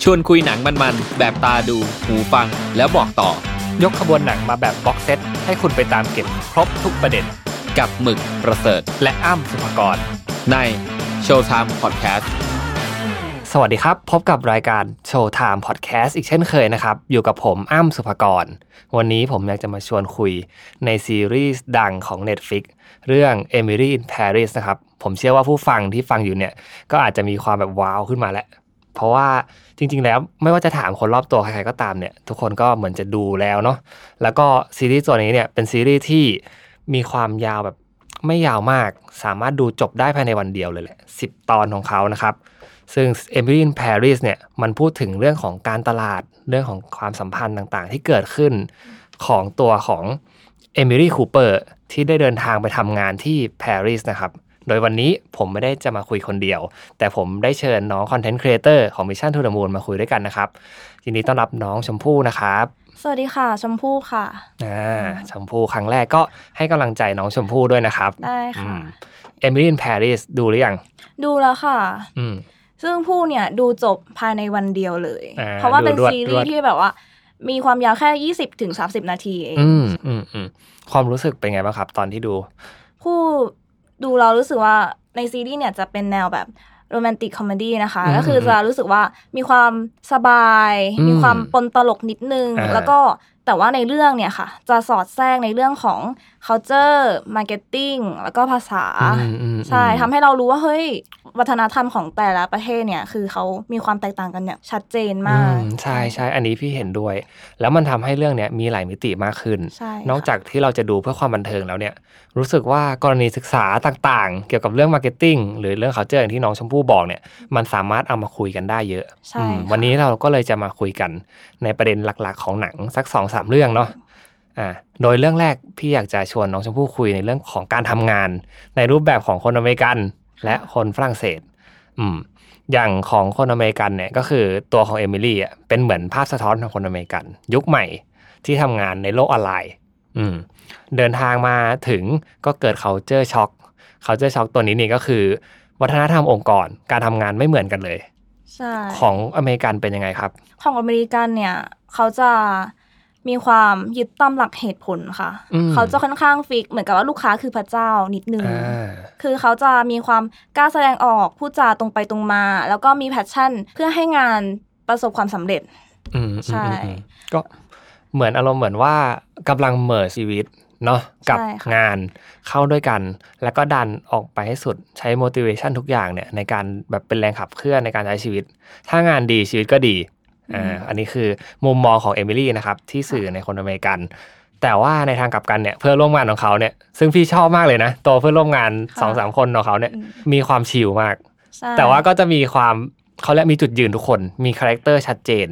ชวนคุยหนังมันๆแบบตาดูหูฟังแล้วบอกต่อยกขบวนหนังมาแบบบ็อกเซตให้คุณไปตามเก็บครบทุกประเด็นกับหมึกประเสริฐและอ้ำสุภกรใน Showtime Podcast สวัสดีครับพบกับรายการ Showtime Podcast อีกเช่นเคยนะครับอยู่กับผมอ้ำสุภกรวันนี้ผมอยากจะมาชวนคุยในซีรีส์ดังของ Netflix เรื่อง Emily in Paris นะครับผมเชื่อว่าผู้ฟังที่ฟังอยู่เนี่ยก็อาจจะมีความแบบว้าวขึ้นมาแล้วเพราะว่าจริงๆแล้วไม่ว่าจะถามคนรอบตัวใครๆก็ตามเนี่ยทุกคนก็เหมือนจะดูแล้วเนาะแล้วก็ซีรีส์ตัวนี้เนี่ยเป็นซีรีส์ที่มีความยาวแบบไม่ยาวมากสามารถดูจบได้ภายในวันเดียวเลยแหละ10 ตอนของเขานะครับซึ่ง Emily in Paris เนี่ยมันพูดถึงเรื่องของการตลาดเรื่องของความสัมพันธ์ต่างๆที่เกิดขึ้นของตัวของ Emily Cooper ที่ได้เดินทางไปทำงานที่ปารีสนะครับโดยวันนี้ผมไม่ได้จะมาคุยคนเดียวแต่ผมได้เชิญน้องคอนเทนต์ครีเอเตอร์ของ Mission to the Moon มาคุยด้วยกันนะครับยินดีต้อนรับน้องชมพู่นะครับสวัสดีค่ะชมพู่ค่ะชมพู่ครั้งแรกก็ให้กำลังใจน้องชมพู่ด้วยนะครับได้ค่ะ Emily in Paris ดูหรือยังดูแล้วค่ะซึ่งผู้เนี่ยดูจบภายในวันเดียวเลยเพราะว่าเป็นซีรีส์ที่แบบว่ามีความยาวแค่ 20-30 นาทีเองความรู้สึกเป็นไงบ้างครับตอนที่ดูผู้ดูเรารู้สึกว่าในซีรีส์เนี่ยจะเป็นแนวแบบโรแมนติกคอมเมดี้นะคะก็คือจะรู้สึกว่ามีความสบายมีความปนตลกนิดนึงแล้วก็แต่ว่าในเรื่องเนี่ยค่ะจะสอดแทรกในเรื่องของ culture marketing แล้วก็ภาษาใช่ทำให้เรารู้ว่าเฮ้ยวัฒนธรรมของแต่ละประเทศเนี่ยคือเขามีความแตกต่างกันอย่างชัดเจนมากใช่ใช่อันนี้พี่เห็นด้วยแล้วมันทำให้เรื่องเนี้ยมีหลายมิติมากขึ้นนอกจากที่เราจะดูเพื่อความบันเทิงแล้วเนี่ยรู้สึกว่ากรณีศึกษาต่างๆเกี่ยวกับเรื่อง marketing หรือเรื่อง culture อย่างที่น้องชมพู่บอกเนี่ยมันสามารถเอามาคุยกันได้เยอะวันนี้เราก็เลยจะมาคุยกันในประเด็นหลักๆของหนังสัก 2-3 เรื่องเนาะโดยเรื่องแรกพี่อยากจะชวนน้องชมพู่คุยในเรื่องของการทำงานในรูปแบบของคนอเมริกันและคนฝรั่งเศสอย่างของคนอเมริกันเนี่ยก็คือตัวของเอมิลี่อ่ะเป็นเหมือนภาพสะท้อนของคนอเมริกันยุคใหม่ที่ทำงานในโลกออนไลน์เดินทางมาถึงก็เกิด culture shock ตัวนี้นี่ก็คือวัฒนธรรมองค์กรการทำงานไม่เหมือนกันเลยใช่ของอเมริกันเป็นยังไงครับของอเมริกันเนี่ยเขาจะมีความยึดตามหลักเหตุผลค่ะเขาจะค่อนข้างฟิกเหมือนกับว่าลูกค้าคือพระเจ้านิดนึงคือเขาจะมีความกล้าแสดงออกพูดจาตรงไปตรงมาแล้วก็มีแพชชั่นเพื่อให้งานประสบความสำเร็จใช่ก็เหมือนอารมณ์เหมือนว่ากำลังเมิร์จชีวิตเนาะกับงานเข้าด้วยกันแล้วก็ดันออกไปให้สุดใช้ motivation ทุกอย่างเนี่ยในการแบบเป็นแรงขับเคลื่อนในการใช้ชีวิตถ้างานดีชีวิตก็ดีอันนี้คือมุมมองของเอมิลี่นะครับที่สื่อในคนอเมริกันแต่ว่าในทางกลับกันเนี่ยเพื่อนร่วมงานของเขาเนี่ยซึ่งพี่ชอบมากเลยนะตัวเพื่อนร่วมงาน 2-3 คนของเขาเนี่ยมีความชิลมากแต่ว่าก็จะมีความเขาเรียกมีจุดยืนทุกคนมีคาแรคเตอร์ชัดเจน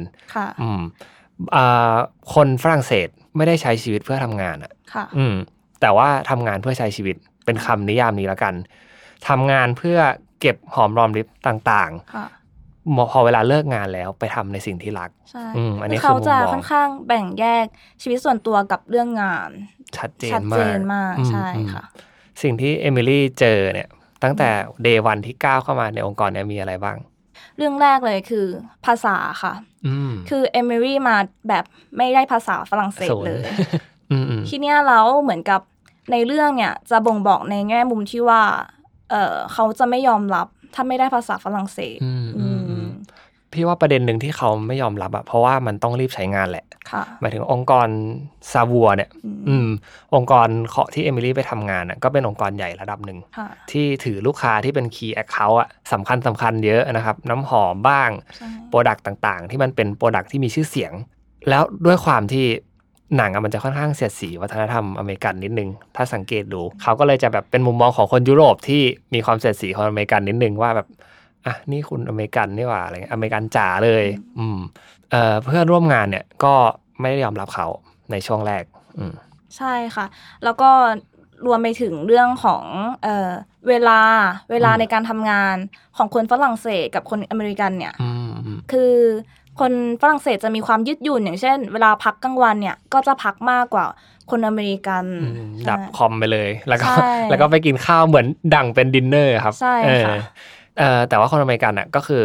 คนฝรั่งเศสไม่ได้ใช้ชีวิตเพื่อทำงานแต่ว่าทำงานเพื่อใช้ชีวิตเป็นคำนิยามนี้แล้วกันทำงานเพื่อเก็บหอมรอมริบต่างๆพอเวลาเลิกงานแล้วไปทำในสิ่งที่รักอันนี้เขาจะค่อนข้างแบ่งแยกชีวิตส่วนตัวกับเรื่องงานชัดเจนมากใช่ค่ะสิ่งที่เอมิลี่เจอเนี่ยตั้งแต่เดย์วันที่ก้าวเข้ามาในองค์กรเนี่ยมีอะไรบ้างเรื่องแรกเลยคือภาษาค่ะคือเอมิลี่มาแบบไม่ได้ภาษาฝรั่งเศสเลยทีเนี้ยแล้วเหมือนกับในเรื่องเนี่ยจะบ่งบอกในแง่มุมที่ว่าเขาจะไม่ยอมรับถ้าไม่ได้ภาษาฝรั่งเศสพี่ว่าประเด็นหนึ่งที่เขาไม่ยอมรับอะเพราะว่ามันต้องรีบใช้งานแหละหมายถึงองค์กรซาวัวเนี่ยองค์กรที่เอมิลี่ไปทำงานก็เป็นองค์กรใหญ่ระดับหนึ่งที่ถือลูกค้าที่เป็น key account อะสำคัญเยอะนะครับน้ำหอมบ้างโปรดักต์ต่างๆที่มันเป็นโปรดักต์ที่มีชื่อเสียงแล้วด้วยความที่หนังมันจะค่อนข้างเสียดสีวัฒนธรรมอเมริกันนิดนึงถ้าสังเกตดูเขาก็เลยจะแบบเป็นมุมมองของคนยุโรปที่มีความเสียดสีของอเมริกันนิดนึงว่าแบบนี่คุณอเมริกันนี่หว่าอะไรเงี้ยอเมริกันจ๋าเลยเพื่อนร่วมงานเนี่ยก็ไม่ได้ยอมรับเขาในช่วงแรกใช่ค่ะแล้วก็รวมไปถึงเรื่องของเวลาในการทำงานของคนฝรั่งเศสกับคนอเมริกันเนี่ยคือคนฝรั่งเศสจะมีความยืดหยุ่นอย่างเช่นเวลาพักกลางวันเนี่ยก็จะพักมากกว่าคนอเมริกันดับคอมไปเลยแล้วก็ไปกินข้าวเหมือนดั่งเป็นดินเนอร์ครับใช่ค่ะแต่ว่าคนอเมริกันก็คือ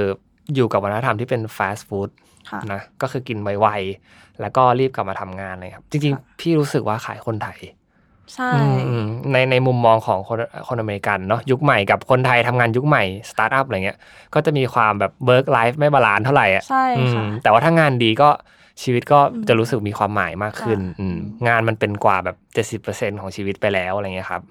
อยู่กับวัฒนธรรมที่เป็นฟาสต์ฟู้ดนะก็คือกินไวๆแล้วก็รีบกลับมาทำงานเลยครับจริงๆพี่รู้สึกว่าขายคนไทยใช่ในมุมมองของคนอเมริกันเนาะยุคใหม่กับคนไทยทำงานยุคใหม่สตาร์ทอัพอะไรเงี้ยก็จะมีความแบบเวิร์กไลฟ์ไม่บาลานซ์เท่าไหร่อ่ะใช่ค่ะแต่ว่าถ้างานดีก็ชีวิตก็จะรู้สึกมีความหมายมากขึ้นงานมันเป็นกว่าแบบ 70% ของชีวิตไปแล้วอะไรเงี้ยครับ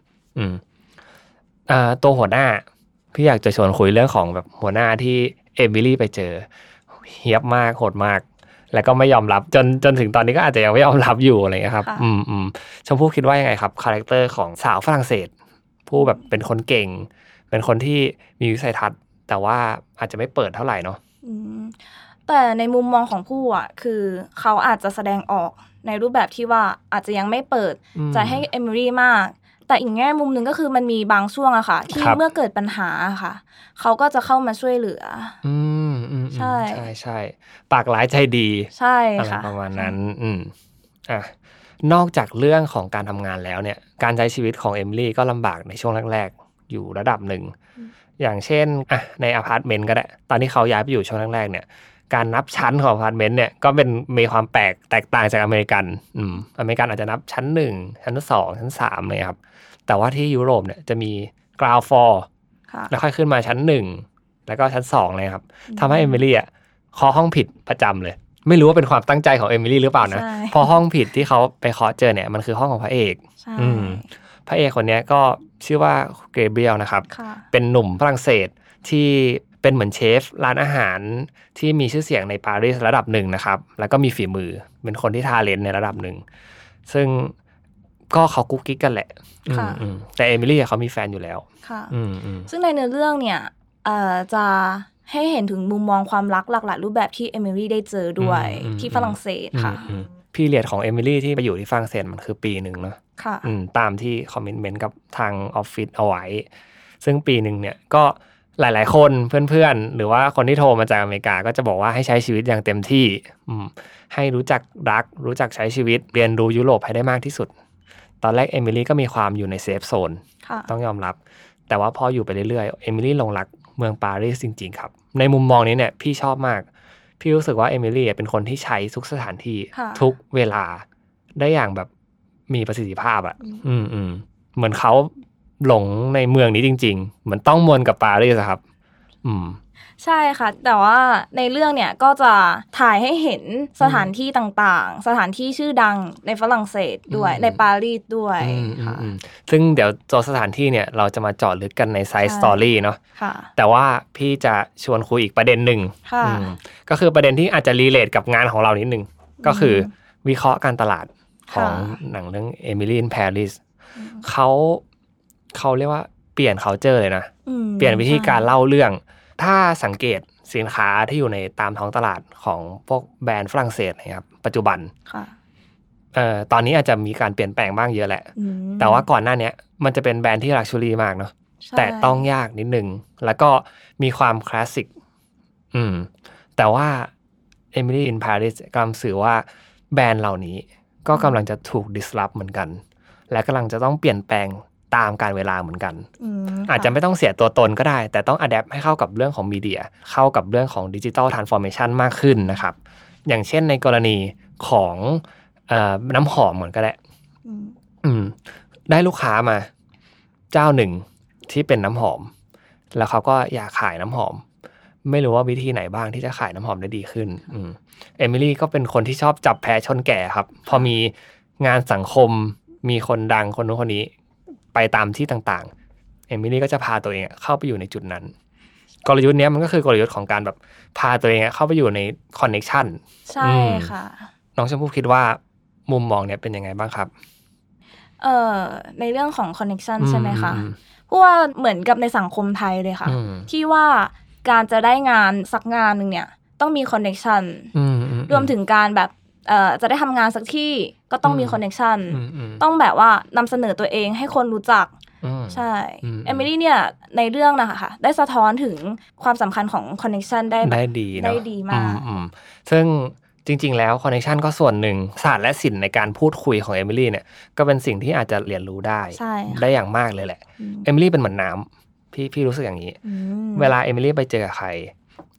ตัวหัวหน้าพี่อยากจะชวนคุยเรื่องของแบบหัวหน้าที่เอมิลี่ไปเจอเฮี้ยบมากโหดมากแล้วก็ไม่ยอมรับจนถึงตอนนี้ก็อาจจะยังไม่ยอมรับอยู่อะไรเงี้ยครับชมพู่คิดว่ายังไงครับคาแรคเตอร์ของสาวฝรั่งเศสผู้แบบเป็นคนเก่งเป็นคนที่มีวิสัยทัศน์แต่ว่าอาจจะไม่เปิดเท่าไหร่เนาะแต่ในมุมมองของผู้อ่ะคือเขาอาจจะแสดงออกในรูปแบบที่ว่าอาจจะยังไม่เปิดใจให้เอมิลี่มากแต่อีกแง่มุมนึงก็คือมันมีบางช่วงอะค่ะที่เมื่อเกิดปัญหาค่ะเขาก็จะเข้ามาช่วยเหลือใช่ใช่ปากร้ายใจดีใช่ค่ะประมาณนั้นนอกจากเรื่องของการทำงานแล้วเนี่ยการใช้ชีวิตของเอมิลี่ก็ลำบากในช่วงแรกๆอยู่ระดับหนึ่งอย่างเช่นในอพาร์ตเมนต์ก็ได้ตอนที่เขาย้ายไปอยู่ช่วงแรกๆเนี่ยการนับชั้นของอพาร์ตเมนต์เนี่ยก็เป็นมีความแตกต่างจากอเมริกันอเมริกันอาจจะนับชั้น1ชั้น2ชั้น3เลยครับแต่ว่าที่ยุโรปเนี่ยจะมี ground floor แล้วค่อยขึ้นมาชั้น1แล้วก็ชั้น2เลยครับทำให้เอมิลี่เคาะห้องผิดประจำเลยไม่รู้ว่าเป็นความตั้งใจของเอมิลี่หรือเปล่านะพอห้องผิดที่เขาไปเคาะเจอเนี่ยมันคือห้องของพระเอกพระเอกคนนี้ก็ชื่อว่าเกรเบรียลนะครับเป็นหนุ่มฝรั่งเศสที่เป็นเหมือนเชฟร้านอาหารที่มีชื่อเสียงในปารีสระดับหนึ่งนะครับแล้วก็มีฝีมือเป็นคนที่ทาเลนต์ในระดับหนึ่งซึ่งก็เขากุ๊กกิ๊กกันแหละแต่เอมิลี่เขามีแฟนอยู่แล้วซึ่งในเนื้อเรื่องเนี่ยจะให้เห็นถึงมุมมองความรักหลากหลายรูปแบบที่เอมิลี่ได้เจอด้วยที่ฝรั่งเศสค่ะพีเรียดของเอมิลี่ที่ไปอยู่ที่ฝรั่งเศสมันคือปีนึงเนาะตามที่คอมเมนต์กับทางออฟฟิศเอาไว้ซึ่งปีนึงเนี่ยก็หลายๆคนเพื่อนๆหรือว่าคนที่โทรมาจากอเมริกาก็จะบอกว่าให้ใช้ชีวิตอย่างเต็มที่ให้รู้จักรักรู้จักใช้ชีวิตเรียนรู้ยุโรปให้ได้มากที่สุดตอนแรกเอมิลี่ก็มีความอยู่ในเซฟโซนต้องยอมรับแต่ว่าพออยู่ไปเรื่อยๆเอมิลี่หลงรักเมืองปารีสจริงๆครับในมุมมองนี้เนี่ยพี่ชอบมากพี่รู้สึกว่าเอมิลี่เป็นคนที่ใช้ทุกสถานที่ทุกเวลาได้อย่างแบบมีประสิทธิภาพอ่ะเหมือนเขาหลงในเมืองนี้จริงๆเหมือนต้องมนกับปารีสครับใช่ค่ะแต่ว่าในเรื่องเนี่ยก็จะถ่ายให้เห็นสถานที่ต่างๆสถานที่ชื่อดังในฝรั่งเศสด้วยในปารีสด้วยค่ะซึ่งเดี๋ยวตัวสถานที่เนี่ยเราจะมาเจาะลึกกันในไซส์สตอรี่เนาะแต่ว่าพี่จะชวนคุยอีกประเด็นหนึ่งก็คือประเด็นที่อาจจะรีเลทกับงานของเรานิดนึงก็คือวิเคราะห์การตลาดของหนังเรื่อง Emily in Paris เขาเรียกว่าเปลี่ยน culture เลยนะเปลี่ยนวิธีการเล่าเรื่องถ้าสังเกตสินค้าที่อยู่ในตามท้องตลาดของพวกแบรนด์ฝรั่งเศสนะครับปัจจุบันตอนนี้อาจจะมีการเปลี่ยนแปลงบ้างเยอะแหละแต่ว่าก่อนหน้านี้มันจะเป็นแบรนด์ที่ลักชัวรี่มากเนาะแต่ต้องยากนิดนึงแล้วก็มีความคลาสสิกแต่ว่า Emily in Paris กำลังสื่อว่าแบรนด์เหล่านี้ก็กำลังจะถูก disrupt เหมือนกันและกำลังจะต้องเปลี่ยนแปลงตามการเวลาเหมือนกันอาจจะไม่ต้องเสียตัวตนก็ได้แต่ต้องอัดแอปให้เข้ากับเรื่องของมีเดียเข้ากับเรื่องของดิจิทัลทรานส์ฟอร์เมชันมากขึ้นนะครับอย่างเช่นในกรณีของน้ำหอมเหมือนก็ได้ได้ลูกค้ามาเจ้าหนึ่งที่เป็นน้ำหอมแล้วเขาก็อยากขายน้ำหอมไม่รู้ว่าวิธีไหนบ้างที่จะขายน้ำหอมได้ดีขึ้นเอมิลี่ก็เป็นคนที่ชอบจับแพ้ชนแก่ครับพอมีงานสังคมมีคนดังคนนู้นคนนี้ไปตามที่ต่างๆเอมิลี่ก็จะพาตัวเองเข้าไปอยู่ในจุดนั้นกลยุทธ์นี้มันก็คือกลยุทธ์ของการแบบพาตัวเองเข้าไปอยู่ในคอนเนคชั่นใช่ค่ะน้องชมพู่คิดว่ามุมมองเนี้ยเป็นยังไงบ้างครับในเรื่องของคอนเนคชั่นใช่ไหมคะเพราะว่าเหมือนกับในสังคมไทยเลยค่ะที่ว่าการจะได้งานสักงานนึงเนี่ยต้องมีคอนเนคชั่นรวมถึงการแบบจะได้ทำงานสักที่ก็ต้องมีคอนเนคชั่นต้องแบบว่านำเสนอตัวเองให้คนรู้จักใช่เอมิลี่เนี่ยในเรื่องนะคะได้สะท้อนถึงความสำคัญของคอนเนคชั่นได้ดีมากซึ่งจริงๆแล้วคอนเนคชั่นก็ส่วนหนึ่งศาสตร์และศิลป์ในการพูดคุยของเอมิลี่เนี่ยก็เป็นสิ่งที่อาจจะเรียนรู้ได้อย่างมากเลยแหละเอมิลี่เป็นเหมือนน้ำพี่รู้สึกอย่างนี้เวลาเอมิลี่ไปเจอกับใคร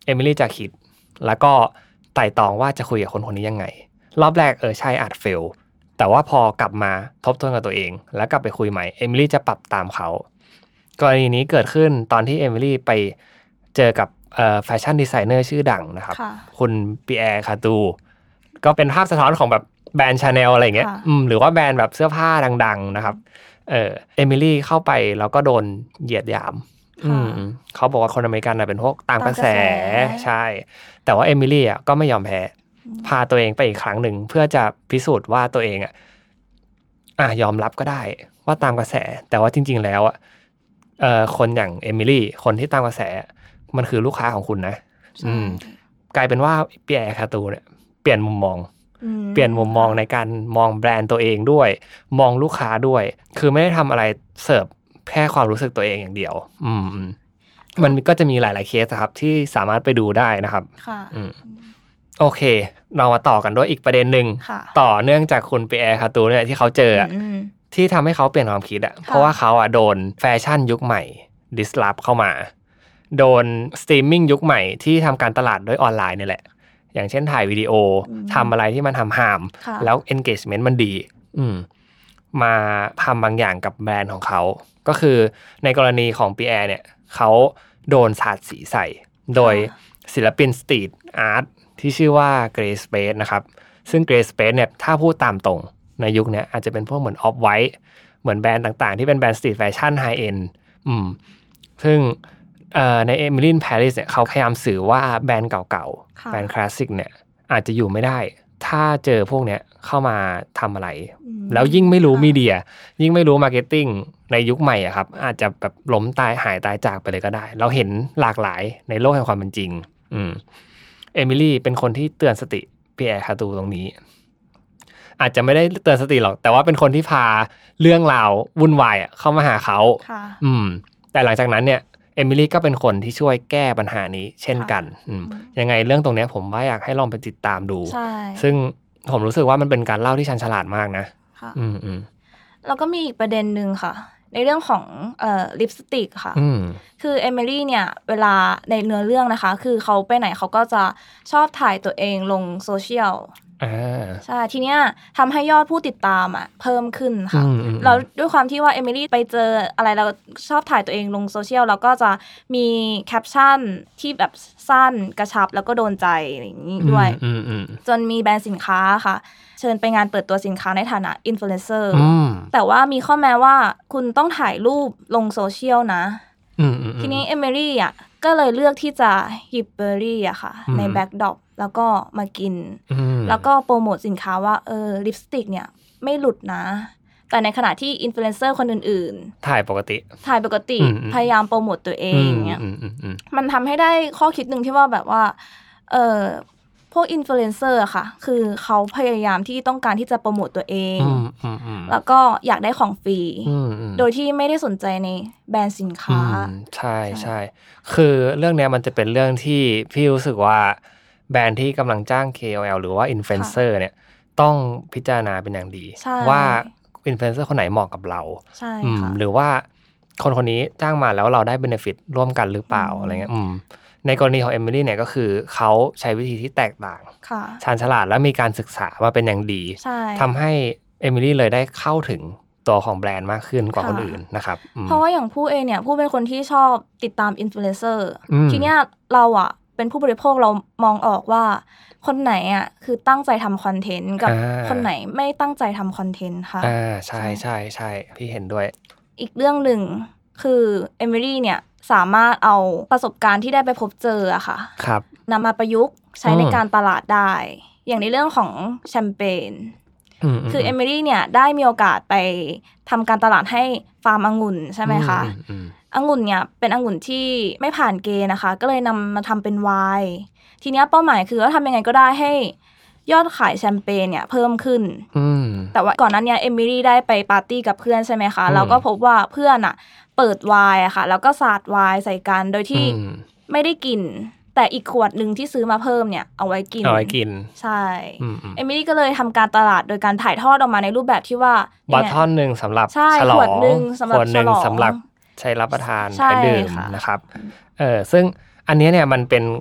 เอมิลี่จะคิดแล้วก็ไต่ตองว่าจะคุยกับคนคนนี้ยังไงรอบแรกใช่อาจเฟลแต่ว่าพอกลับมาทบทวนกับตัวเองแล้วกลับไปคุยใหม่เอมิลี่จะปรับตามเขากรณีนี้เกิดขึ้นตอนที่เอมิลี่ไปเจอกับแฟชั่นดีไซเนอร์ชื่อดังนะครับคุณปีแอร์คาตูก็เป็นภาพสะท้อนของแบบแบรนด์ชาแนลอะไรอย่างเงี้ยหรือว่าแบรนด์แบบเสื้อผ้าดังๆนะครับเอมิลี่เข้าไปแล้วก็โดนเหยียดหยามเขาบอกว่าคนอเมริกันเป็นพวกตามกระแสใช่แต่ว่าเอมิลี่ก็ไม่ยอมแพ้พาตัวเองไปอีกครั้งหนึ่งเพื่อจะพิสูจน์ว่าตัวเองยอมรับก็ได้ว่าตามกระแสแต่ว่าจริงๆแล้วคนอย่างเอมิลี่คนที่ตามกระแสมันคือลูกค้าของคุณนะกลายเป็นว่าปีแอร์คาตูเนี่ยเปลี่ยนมุมมองในการมองแบรนด์ตัวเองด้วยมองลูกค้าด้วยคือไม่ได้ทำอะไรเสิร์ฟแค่ความรู้สึกตัวเองอย่างเดียวมันก็จะมีหลายๆเคสครับที่สามารถไปดูได้นะครับโอเคเรามาต่อกันด้วยอีกประเด็นหนึ่งต่อเนื่องจากคุณปีแอร์คาตูเนี่ยที่เขาเจอที่ทำให้เขาเปลี่ยนความคิดเพราะว่าเขาโดนแฟชั่นยุคใหม่ดิสรัปเข้ามาโดนสตรีมมิ่งยุคใหม่ที่ทำการตลาดด้วยออนไลน์นี่แหละอย่างเช่นถ่ายวิดีโอทำอะไรที่มันทำฮามแล้ว engagement มันดีมาทำบางอย่างกับแบรนด์ของเขาก็คือในกรณีของปีแอร์เนี่ยเขาโดนสาดสีใส่โดยศิลปินสตรีทอาร์ตที่ชื่อว่า Grey Space นะครับซึ่ง Grey Space เนี่ยถ้าพูดตามตรงในยุคนี้อาจจะเป็นพวกเหมือน Off-White เหมือนแบรนด์ต่างๆที่เป็นแบรนด์สตรีทแฟชั่นไฮเอ็นด์ซึ่งใน Emily in Paris เนี่ยเขาพยายามสื่อว่าแบรนด์เก่าๆแบรนด์คลาสสิกเนี่ยอาจจะอยู่ไม่ได้ถ้าเจอพวกเนี้ยเข้ามาทำอะไรแล้วยิ่งไม่รู้มีเดียยิ่งไม่รู้มาร์เก็ตติ้งในยุคใหม่ครับอาจจะแบบล้มตายหายตายจากไปเลยก็ได้เราเห็นหลากหลายในโลกแห่งความเป็นจริงเอมิลี่เป็นคนที่เตือนสติปีแอร์คาตูตรงนี้อาจจะไม่ได้เตือนสติหรอกแต่ว่าเป็นคนที่พาเรื่องราววุ่นวายเข้ามาหาเขาแต่หลังจากนั้นเนี่ยเอมิลี่ก็เป็นคนที่ช่วยแก้ปัญหานี้เช่นกันยังไงเรื่องตรงนี้ผมว่าอยากให้ลองไปติดตามดูซึ่งผมรู้สึกว่ามันเป็นการเล่าที่ชันฉลาดมากนะแล้วก็มีอีกประเด็นนึงค่ะในเรื่องของลิปสติกค่ะคือเอมิลี่เนี่ยเวลาในเนื้อเรื่องนะคะคือเขาไปไหนเขาก็จะชอบถ่ายตัวเองลงโซเชียลใช่ทีเนี้ยทำให้ยอดผู้ติดตามเพิ่มขึ้นค่ะแล้วด้วยความที่ว่าเอมิลี่ไปเจออะไรแล้วชอบถ่ายตัวเองลงโซเชียลแล้วก็จะมีแคปชั่นที่แบบสั้นกระชับแล้วก็โดนใจอย่างนี้ด้วยจนมีแบรนด์สินค้าค่ะเชิญไปงานเปิดตัวสินค้าในฐานะอินฟลูเอนเซอร์แต่ว่ามีข้อแม้ว่าคุณต้องถ่ายรูปลงโซเชียลนะทีนี้เอมิลี่ก็เลยเลือกที่จะหยิบเบอร์รี่ค่ะในแบ็คดรอปแล้วก็มากินแล้วก็โปรโมทสินค้าว่าลิปสติกเนี่ยไม่หลุดนะแต่ในขณะที่อินฟลูเอนเซอร์คนอื่นๆถ่ายปกติพยายามโปรโมทตัวเองเนี่ยมันทำให้ได้ข้อคิดหนึ่งที่ว่าแบบว่าพวกอินฟลูเอนเซอร์ค่ะคือเขาพยายามที่ต้องการที่จะโปรโมทตัวเองแล้วก็อยากได้ของฟรีโดยที่ไม่ได้สนใจในแบรนด์สินค้าใช่คือเรื่องนี้มันจะเป็นเรื่องที่พี่รู้สึกว่าแบรนด์ที่กำลังจ้าง KOL หรือว่าอินฟลูเอนเซอร์เนี่ยต้องพิจารณาเป็นอย่างดีว่าอินฟลูเอนเซอร์คนไหนเหมาะกับเราหรือว่าคนนี้จ้างมาแล้วเราได้เบเนฟิตร่วมกันหรือเปล่าอะไรเงี้ยในกรณีของเอมิลี่เนี่ยก็คือเขาใช้วิธีที่แตกต่างชาญฉลาดและมีการศึกษามาเป็นอย่างดีทำให้เอมิลี่เลยได้เข้าถึงตัวของแบรนด์มากขึ้นกว่าคนอื่นนะครับเพราะว่าอย่างผู้เนี่ยผู้เป็นคนที่ชอบติดตามอินฟลูเอนเซอร์ทีเนี้ยเราเป็นผู้บริโภคเรามองออกว่าคนไหนคือตั้งใจทำคอนเทนต์กับคนไหนไม่ตั้งใจทำคอนเทนต์ค่ะใช่พี่เห็นด้วยอีกเรื่องหนึ่งคือเอมิลี่เนี่ยสามารถเอาประสบการณ์ที่ได้ไปพบเจอค่ะนำมาประยุกต์ใช้ในการตลาดได้อย่างในเรื่องของแชมเปญคือเอมิลี่เนี่ยได้มีโอกาสไปทำการตลาดให้ฟาร์มองุ่นใช่ไหมคะองุ่นเนี่ยเป็นองุ่นที่ไม่ผ่านเกณฑ์นะคะก็เลยนำมาทำเป็นไวน์ทีนี้เป้าหมายคือว่าทำยังไงก็ได้ให้ยอดขายแชมเปญเนี่ยเพิ่มขึ้นแต่ว่าก่อนนั้นเนี่ยเอมิลี่ได้ไปปาร์ตี้กับเพื่อนใช่ไหมคะแล้วก็พบว่าเพื่อนเปิดไวน์ค่ะแล้วก็สาดไวน์ใส่กันโดยที่ไม่ได้กินแต่อีกขวดนึงที่ซื้อมาเพิ่มเนี่ยเอาไว้กินใช่เอมิลี่ก็เลยทำการตลาดโดยการถ่ายทอดออกมาในรูปแบบที่ว่าบอททอนนึงสำหรับฉลองขวดนึงสำหรับใช้รับประทานใช้ดื่มนะครับซึ่งอันนี้เนี่ยมันเป็น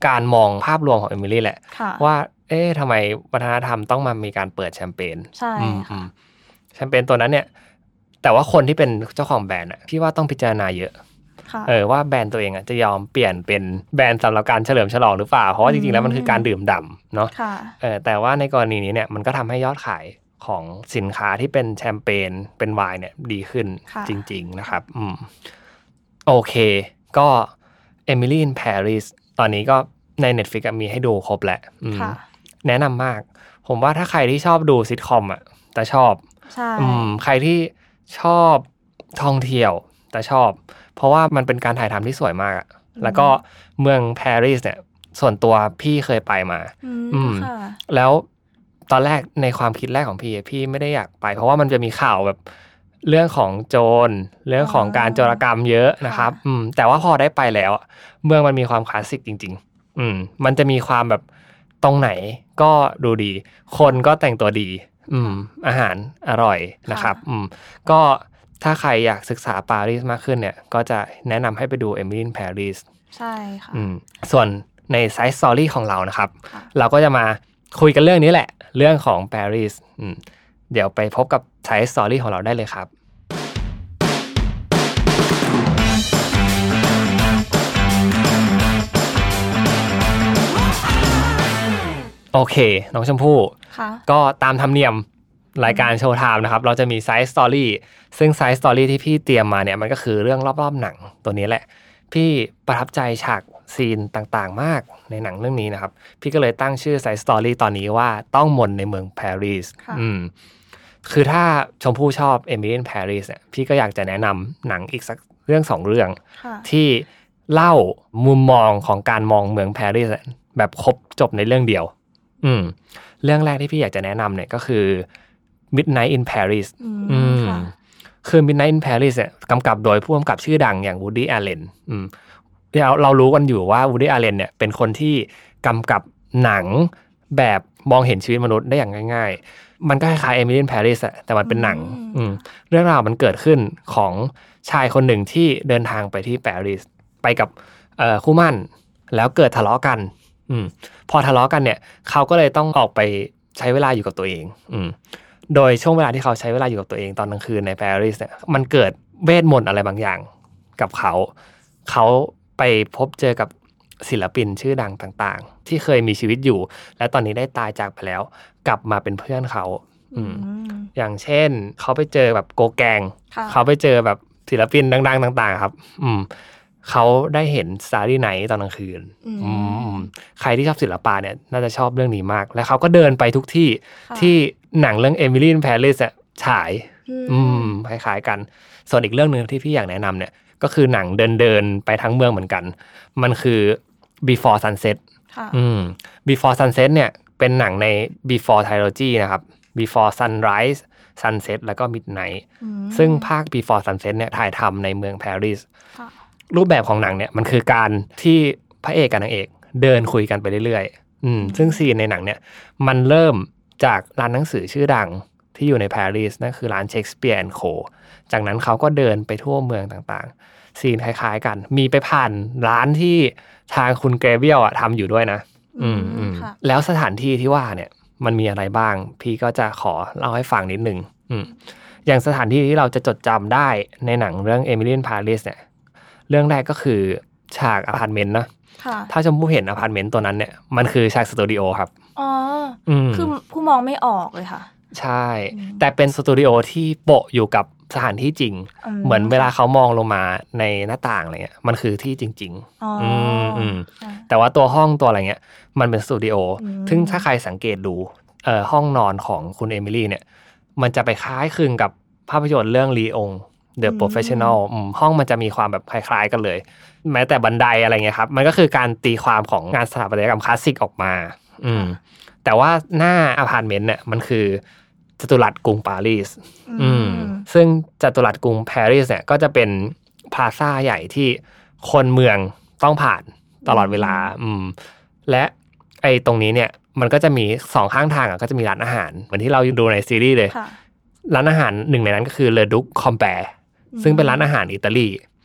การมองภาพรวมของเอมิลี่แหละว่าทำไมวัฒนธรรมต้องมามีการเปิดแชมเปญใช่ค่ะแชมเปญตัวนั้นเนี่ยแต่ว่าคนที่เป็นเจ้าของแบรนด์พี่ว่าต้องพิจารณาเยอะว่าแบรนด์ตัวเองจะยอมเปลี่ยนเป็นแบรนด์สำหรับการเฉลิมฉลองหรือเปล่าเพราะว่าจริงๆแล้วมันคือการดื่มด่ำเนาะแต่ว่าในกรณีนี้เนี่ยมันก็ทำให้ยอดขายของสินค้าที่เป็นแชมเปญเป็นไวน์เนี่ยดีขึ้นจริงๆนะครับโอเคก็ Emily in Paris ตอนนี้ก็ใน Netflix มีให้ดูครบแหละแนะนำมากผมว่าถ้าใครที่ชอบดูซิทคอมแต่ชอบใครที่ชอบท่องเที่ยวแต่ชอบเพราะว่ามันเป็นการถ่ายทำที่สวยมากแล้วก็เมืองปารีสเนี่ยส่วนตัวพี่เคยไปมาแล้วตอนแรกในความคิดแรกของพี่ไม่ได้อยากไปเพราะว่ามันจะมีข่าวแบบเรื่องของโจรเรื่องของการโจรกรรมเยอะนะครับแต่ว่าพอได้ไปแล้วเมืองมันมีความคลาสสิกจริงๆมันจะมีความแบบตรงไหนก็ดูดีคนก็แต่งตัวดีอาหารอร่อยนะครับก็ถ้าใครอยากศึกษาปารีสมากขึ้นเนี่ยก็จะแนะนำให้ไปดู Emily in Paris ใช่ค่ะส่วนใน Side Story ของเรานะครับเราก็จะมาคุยกันเรื่องนี้แหละเรื่องของปารีสเดี๋ยวไปพบกับ Side Story ของเราได้เลยครับโอเคน้องชมพู่ก็ตามธรรมเนียมรายการโชว์ไทม์นะครับเราจะมีไซส์สตอรี่ซึ่งไซส์สตอรี่ที่พี่เตรียมมาเนี่ยมันก็คือเรื่องรอบๆหนังตัวนี้แหละพี่ประทับใจฉากซีนต่างๆมากในหนังเรื่องนี้นะครับพี่ก็เลยตั้งชื่อไซส์สตอรี่ตอนนี้ว่าต้องมนในเมืองปารีสคือถ้าชมพู่ชอบ Emily in Paris เนี่ยพี่ก็อยากจะแนะนำหนังอีกสักเรื่อง2เรื่องที่เล่ามุมมองของการมองเมืองปารีสแบบครบจบในเรื่องเดียวเรื่องแรกที่พี่อยากจะแนะนำเนี่ยก็คือ Midnight in Paris คือ Midnight in Paris เนี่ยกำกับโดยผู้กำกับชื่อดังอย่าง Woody Allen เรารู้กันอยู่ว่า Woody Allen เนี่ยเป็นคนที่กำกับหนังแบบมองเห็นชีวิตมนุษย์ได้อย่างง่ายๆมันก็คล้ายๆ Emily in Paris แต่มันเป็นหนังเรื่องราวมันเกิดขึ้นของชายคนหนึ่งที่เดินทางไปที่ปารีสไปกับคู่หมั่นแล้วเกิดทะเลาะกันพอทะเลาะกันเนี่ยเขาก็เลยต้องออกไปใช้เวลาอยู่กับตัวเองโดยช่วงเวลาที่เขาใช้เวลาอยู่กับตัวเองตอนกลางคืนในปารีสเนี่ยมันเกิดเวทมนต์อะไรบางอย่างกับเขาไปพบเจอกับศิลปินชื่อดังต่างๆที่เคยมีชีวิตอยู่และตอนนี้ได้ตายจากไปแล้วกลับมาเป็นเพื่อนเขาอย่างเช่นเขาไปเจอแบบโกแกงเขาไปเจอแบบศิลปินดังๆต่างๆครับเขาได้เห็น Starry Night ตอนกลางคืนใครที่ชอบศิลปะเนี่ยน่าจะชอบเรื่องนี้มากและเขาก็เดินไปทุกที่ที่หนังเรื่อง Emily in Paris ฉายคล้ายๆกันส่วนอีกเรื่องนึงที่พี่อยากแนะนำเนี่ยก็คือหนังเดินไปทั้งเมืองเหมือนกันมันคือ Before Sunset Before Sunset เนี่ยเป็นหนังใน Before Trilogy นะครับ Before Sunrise Sunset แล้วก็ Midnight ซึ่งภาค Before Sunset เนี่ยถ่ายทำในเมืองปารีสรูปแบบของหนังเนี่ยมันคือการที่พระเอกกับนางเอกเดินคุยกันไปเรื่อยๆซึ่งซีนในหนังเนี่ยมันเริ่มจากร้านหนังสือชื่อดังที่อยู่ในปารีสนั่นคือร้านเชคสเปียร์&โคจากนั้นเขาก็เดินไปทั่วเมืองต่างๆซีนคล้ายๆกันมีไปผ่านร้านที่ทางคุณเกรเวียลทำอยู่ด้วยนะแล้วสถานที่ที่ว่าเนี่ยมันมีอะไรบ้างพี่ก็จะขอเล่าให้ฟังนิดนึงอย่างสถานที่ที่เราจะจดจำได้ในหนังเรื่อง Emily in Paris เนี่ยเรื่องแรกก็คือฉากอพาร์ตเมนต์นะถ้าชมพู่เห็นอพาร์ตเมนต์ตัวนั้นเนี่ยมันคือฉากสตูดิโอครับคือผู้มองไม่ออกเลยค่ะใช่แต่เป็นสตูดิโอที่โปะอยู่กับสถานที่จริงเหมือนเวลาเขามองลงมาในหน้าต่างอะไรเงี้ยมันคือที่จริงๆแต่ว่าตัวห้องตัวอะไรเงี้ยมันเป็นสตูดิโอซึ่งถ้าใครสังเกตดูห้องนอนของคุณเอมิลี่เนี่ยมันจะไปคล้ายคลึงกับภาพยนตร์เรื่องลีองThe Professional ห้องมันจะมีความแบบคล้ายๆกันเลยแม้แต่บันไดอะไรเงี้ยครับมันก็คือการตีความของงานสถาปัตยกรรมคลาสสิกออกมาแต่ว่าหน้าอพาร์ตเมนต์เนี่ยมันคือจัตุรัสกรุงปารีสซึ่งจัตุรัสกรุงปารีสเนี่ยก็จะเป็นพลาซ่าใหญ่ที่คนเมืองต้องผ่านตลอดเวลาและไอ้ตรงนี้เนี่ยมันก็จะมี2ข้างทางก็จะมีร้านอาหารเหมือนที่เราดูในซีรีส์เลยร้านอาหารหนึ่งในนั้นก็คือเลอดุกคอมแปร์ซึ่งเป็นร้านอาหารอิตาลี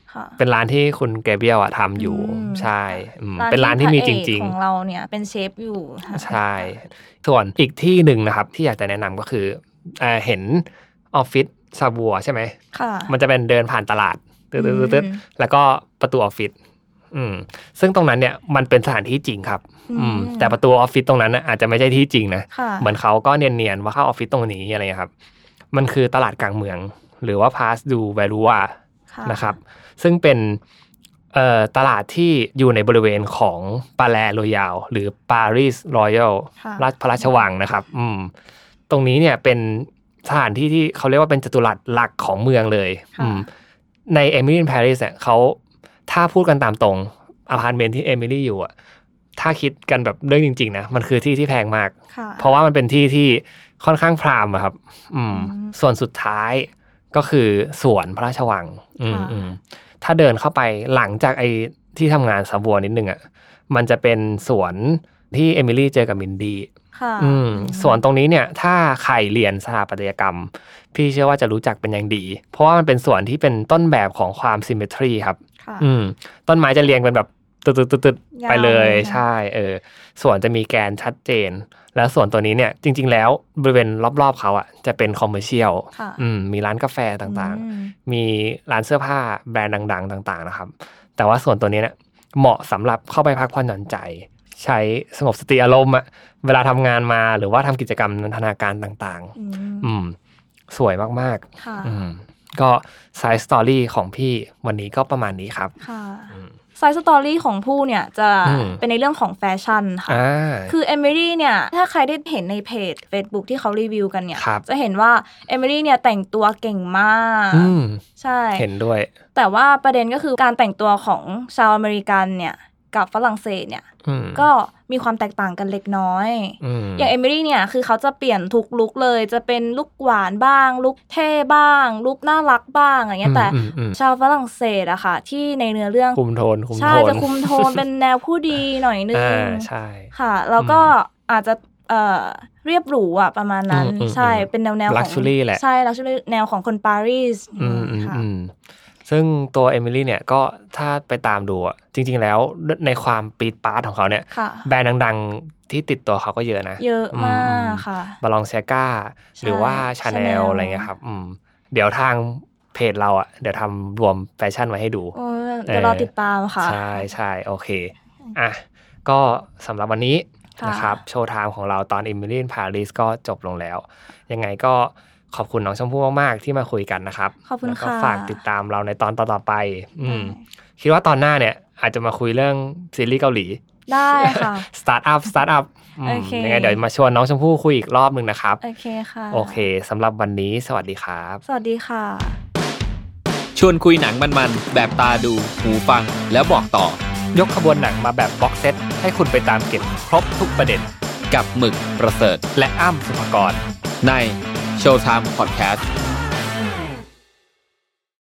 เป็นร้านที่คุณแกเบียลทำอยู่ใช่เป็นร้านที่มีจริงๆของเราเนี่ยเป็นเชฟอยู่ใช่ส่วนอีกที่หนึ่งนะครับที่อยากจะแนะนำก็คือเห็นออฟฟิศซาบัวใช่ไหมมันจะเป็นเดินผ่านตลาดตึ๊ดๆแล้วก็ประตูออฟฟิศซึ่งตรงนั้นเนี่ยมันเป็นสถานที่จริงครับแต่ประตูออฟฟิศตรงนั้นอาจจะไม่ใช่ที่จริงนะเหมือนเขาก็เนียนๆว่าเข้าออฟฟิศตรงนี้อะไรครับมันคือตลาดกลางเมืองหรือว่าพาสดูแวลูวานะครับซึ่งเป็นตลาดที่อยู่ในบริเวณของปาแลรอยัลหรือปารีสรอยัลพระราชวังนะครับตรงนี้เนี่ยเป็นสถานที่ที่เขาเรียกว่าเป็นจัตุรัสหลักของเมืองเลยในเอมิลี่ปารีสเนี่ยเขาถ้าพูดกันตามตรงอพาร์ตเมนต์ที่เอมิลี่อยู่ถ้าคิดกันแบบเรื่องจริงๆนะมันคือที่ที่แพงมากเพราะว่ามันเป็นที่ที่ค่อนข้างพรามครับส่วนสุดท้ายก็คือสวนพระราชวังถ้าเดินเข้าไปหลังจากไอ้ที่ทำงานซาบัวนิดนึงมันจะเป็นสวนที่เอมิลี่เจอกับมินดี้สวนตรงนี้เนี่ยถ้าใครเรียนสถาปัตยกรรมพี่เชื่อว่าจะรู้จักเป็นอย่างดีเพราะว่ามันเป็นสวนที่เป็นต้นแบบของความซิมเมทรีครับต้นไม้จะเรียงเป็นแบบตึดๆๆไปเลยใช่สวนจะมีแกนชัดเจนแล้วสวนตัวนี้เนี่ยจริงๆแล้วบริเวณรอบๆเขาจะเป็นคอมเมอร์เชียลมีร้านกาแฟต่างๆมีร้านเสื้อผ้าแบรนด์ดังๆต่างๆนะครับแต่ว่าส่วนตัวนี้เนี่ยเหมาะสำหรับเข้าไปพักผ่อนหย่อนใจใช้สงบสติอารมณ์เวลาทำงานมาหรือว่าทำกิจกรรมนันทนาการต่างๆสวยมากๆก็ไซส์สตอรี่ของพี่วันนี้ก็ประมาณนี้ครับไซส์สตอรี่ของผู้เนี่ยจะเป็นในเรื่องของแฟชั่นค่ะคือเอมิลี่เนี่ยถ้าใครได้เห็นในเพจ Facebook ที่เขารีวิวกันเนี่ยจะเห็นว่าเอมิลี่เนี่ยแต่งตัวเก่งมากใช่เห็นด้วยแต่ว่าประเด็นก็คือการแต่งตัวของชาวอเมริกันเนี่ยกับฝรั่งเศสเนี่ยก็มีความแตกต่างกันเล็กน้อยอย่างเอมิลี่เนี่ยคือเขาจะเปลี่ยนทุกลุคเลยจะเป็นลุคหวานบ้างลุคเท่บ้างลุคน่ารักบ้างอะไรเงี้ยแต่ชาวฝรั่งเศสอะค่ะที่ในเนื้อเรื่องคุมโทนใช่จะคุมโทนเป็นแนวผู้ดีหน่อยนึงใช่ค่ะแล้วก็อาจจะเรียบหรูอะประมาณนั้นใช่เป็นแนวของ luxury แหละใช่ luxury แนวของคนปารีสค่ะซึ่งตัวเอมิลี่เนี่ยก็ถ้าไปตามดูจริงๆแล้วในความปี๊ดป๊าดของเขาเนี่ยแบรนด์ดังๆที่ติดตัวเขาก็เยอะนะเยอะมากค่ะบาลองเซก้าหรือว่าชาแนลอะไรเงี้ยครับเดี๋ยวทางเพจเราเดี๋ยวทำรวมแฟชั่นไว้ให้ดูเดี๋ยวรอติดตามค่ะใช่โอเคก็สำหรับวันนี้นะครับโชว์ไทม์ของเราตอน Emily in Paris ก็จบลงแล้วยังไงก็ขอบคุณน้องชมพู่มากๆที่มาคุยกันนะครับขอบคุณค่ะแล้วก็ฝากติดตามเราในตอนต่อๆไปคิดว่าตอนหน้าเนี่ยอาจจะมาคุยเรื่องซีรีส์เกาหลีได้ค่ะสตาร์ทอัพยังไงเดี๋ยวมาชวนน้องชมพู่คุยอีกรอบนึงนะครับโอเคค่ะโอเคสำหรับวันนี้สวัสดีครับสวัสดีค่ะชวนคุยหนังมันๆแบบตาดูหูฟังแล้วบอกต่อยกขบวนหนังมาแบบบ็อกเซตให้คุณไปตามเก็บครบทุกประเด็นกับหมึกประเสริฐและอ้ำสุภกรในShowtime Podcast